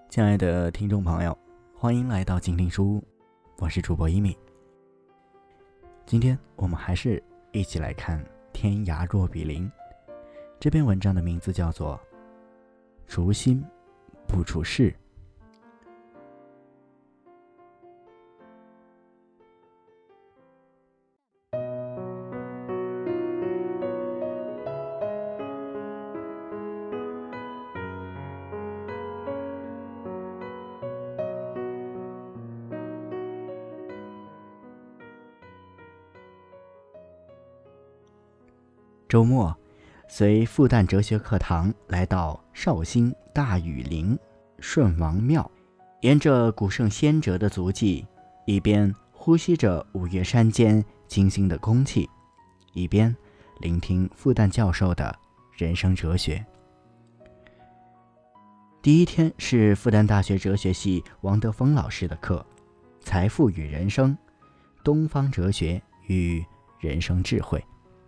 亲爱的听众朋友，欢迎来到静听书屋，我是主播一米。今天我们还是一起来看《天涯若比邻》这篇文章的名字叫做除心不除事。周末，随复旦哲学课堂来到绍兴大禹陵顺王庙，沿着古圣先哲的足迹，一边呼吸着五岳山间清新的空气，一边聆听复旦教授的人生哲学。第一天是复旦大学哲学系王德峰老师的课，财富与人生，东方哲学与人生智慧。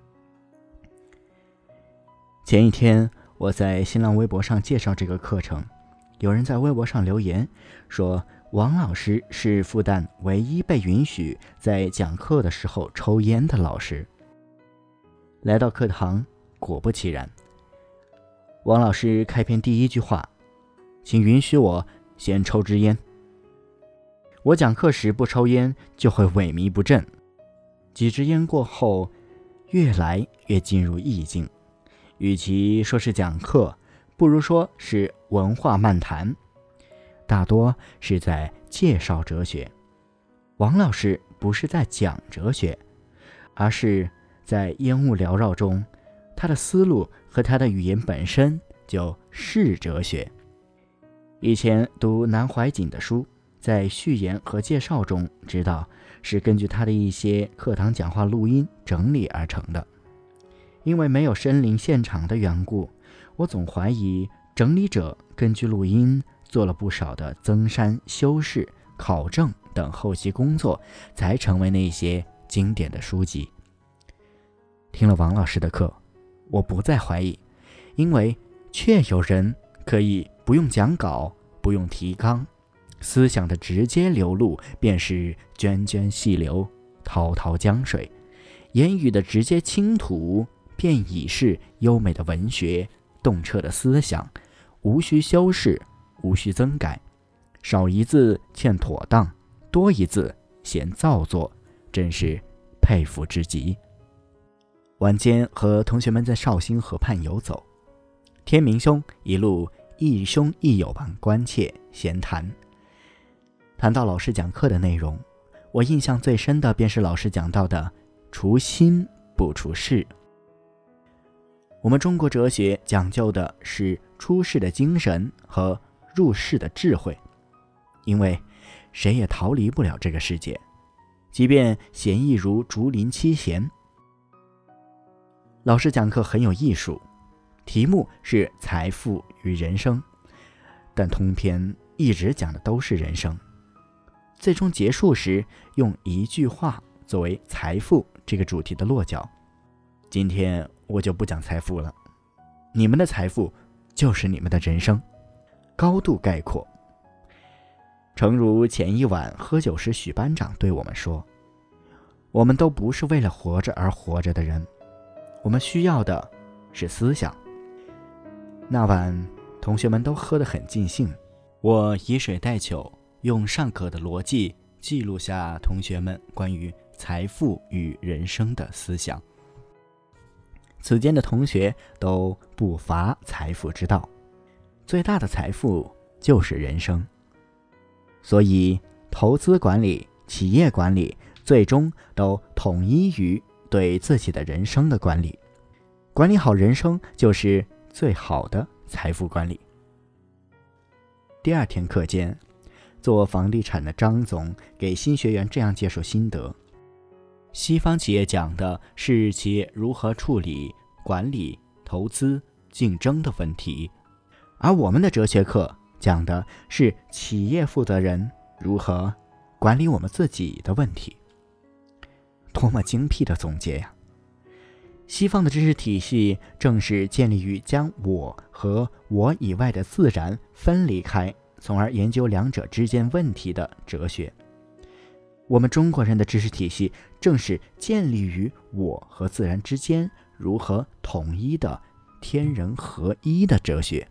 前一天我在新浪微博上介绍这个课程，有人在微博上留言说，王老师是复旦唯一被允许在讲课的时候抽烟的老师。来到课堂，果不其然，王老师开篇第一句话，请允许我先抽支烟。我讲课时不抽烟就会萎靡不振，几支烟过后，越来越进入意境。与其说是讲课，不如说是文化漫谈，大多是在介绍哲学。王老师不是在讲哲学，而是在烟雾缭绕中，他的思路和他的语言本身就是哲学。以前读南怀瑾的书，在序言和介绍中知道是根据他的一些课堂讲话录音整理而成的。因为没有身临现场的缘故，我总怀疑整理者根据录音做了不少的增删、修饰、考证等后期工作，才成为那些经典的书籍。听了王老师的课，我不再怀疑，因为确有人可以不用讲稿，不用提纲，思想的直接流露便是涓涓细流，滔滔江水；言语的直接倾吐便已是优美的文学，洞彻的思想，无需修饰，无需增改，少一字欠妥当，多一字嫌造作，真是佩服之极。晚间和同学们在绍兴河畔游走，天明兄一路亦兄亦友般关切闲谈。谈到老师讲课的内容，我印象最深的便是老师讲到的除心不除事。我们中国哲学讲究的是出世的精神和入世的智慧，因为谁也逃离不了这个世界，即便闲逸如竹林七贤。老师讲课很有艺术，题目是财富与人生，但通篇一直讲的都是人生，最终结束时用一句话作为财富这个主题的落脚。今天我就不讲财富了，你们的财富就是你们的人生，高度概括。诚如前一晚喝酒时许班长对我们说，我们都不是为了活着而活着的人，我们需要的是思想。那晚同学们都喝得很尽兴，我以水代酒，用上课的逻辑记录下同学们关于财富与人生的思想。此间的同学都不乏财富之道，最大的财富就是人生。所以投资管理、企业管理最终都统一于对自己的人生的管理。管理好人生就是最好的财富管理。第二天课间，做房地产的张总给新学员这样介绍心得：西方企业讲的是企业如何处理管理、投资、竞争的问题，而我们的哲学课讲的是企业负责人如何管理我们自己的问题。多么精辟的总结呀！西方的知识体系正是建立于将我和我以外的自然分离开， 从而研究两者之间问题的哲学。我们中国人的知识体系正是建立于我和自然之间如何统一的天人合一的哲学。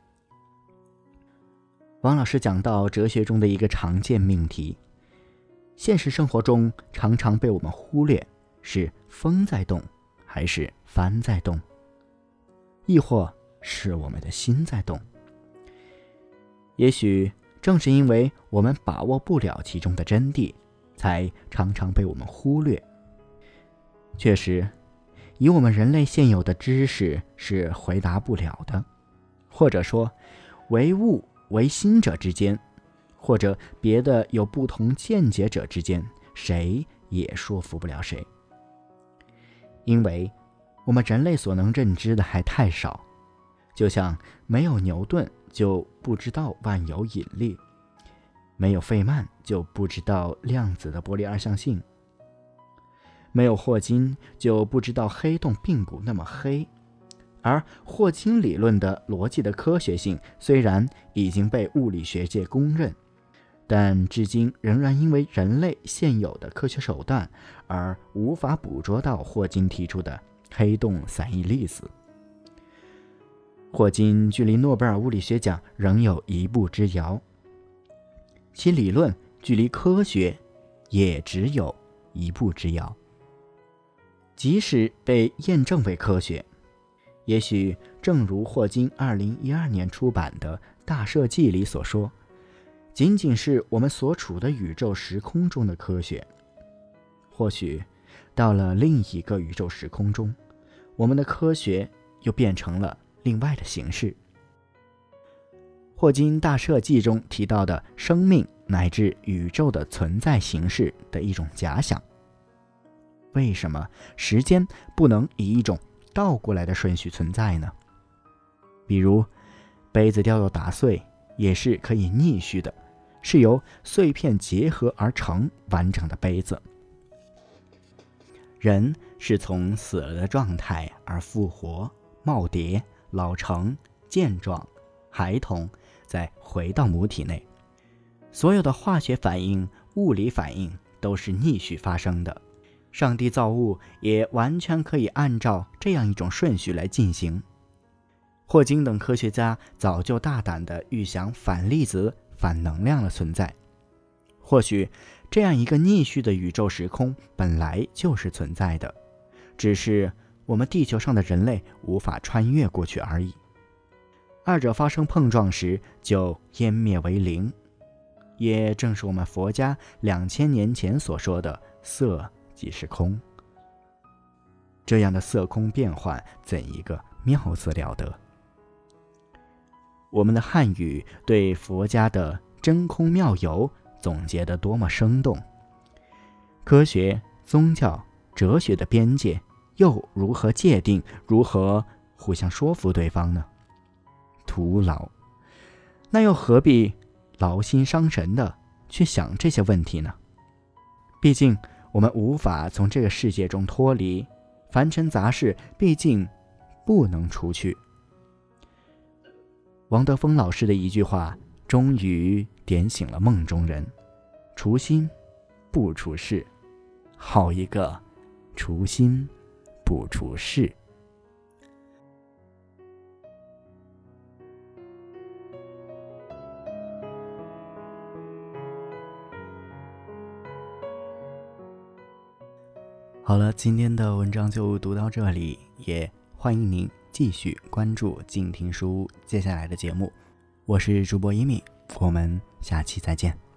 王老师讲到哲学中的一个常见命题，现实生活中常常被我们忽略，是风在动还是帆在动，亦或是我们的心在动。也许正是因为我们把握不了其中的真谛，才常常被我们忽略。确实，以我们人类现有的知识是回答不了的，或者说唯物唯心者之间，或者别的有不同见解者之间，谁也说服不了谁。因为我们人类所能认知的还太少，就像没有牛顿就不知道万有引力，没有费曼就不知道量子的波粒二象性，没有霍金就不知道黑洞并不那么黑。而霍金理论的逻辑的科学性虽然已经被物理学界公认，但至今仍然因为人类现有的科学手段而无法捕捉到霍金提出的黑洞散逸粒子。霍金距离诺贝尔物理学奖仍有一步之遥，其理论距离科学也只有一步之遥。即使被验证为科学，也许正如霍金2012年出版的《大设计》里所说，仅仅是我们所处的宇宙时空中的科学。或许到了另一个宇宙时空中，我们的科学又变成了另外的形式。霍金《大设计》中提到的生命乃至宇宙的存在形式的一种假想，为什么时间不能以一种倒过来的顺序存在呢？比如杯子掉到打碎也是可以逆序的，是由碎片结合而成完整的杯子。人是从死了的状态而复活、耄耋、老成、健壮、孩童，再回到母体内。所有的化学反应、物理反应都是逆序发生的。上帝造物也完全可以按照这样一种顺序来进行。霍金等科学家早就大胆地预想反粒子、反能量的存在。或许这样一个逆序的宇宙时空本来就是存在的，只是我们地球上的人类无法穿越过去而已。二者发生碰撞时就湮灭为零，也正是我们佛家2000年前所说的色即是空。这样的色空变换怎一个妙字了得。我们的汉语对佛家的真空妙有总结得多么生动，科学、宗教、哲学的边界又如何界定，如何互相说服对方呢？徒劳。那又何必劳心伤神的去想这些问题呢？毕竟我们无法从这个世界中脱离，凡尘杂事毕竟不能除去。王德峰老师的一句话终于点醒了梦中人：除心不除事，好一个除心不除事。好了，今天的文章就读到这里，也欢迎您继续关注静听书屋接下来的节目。我是主播一米，我们下期再见。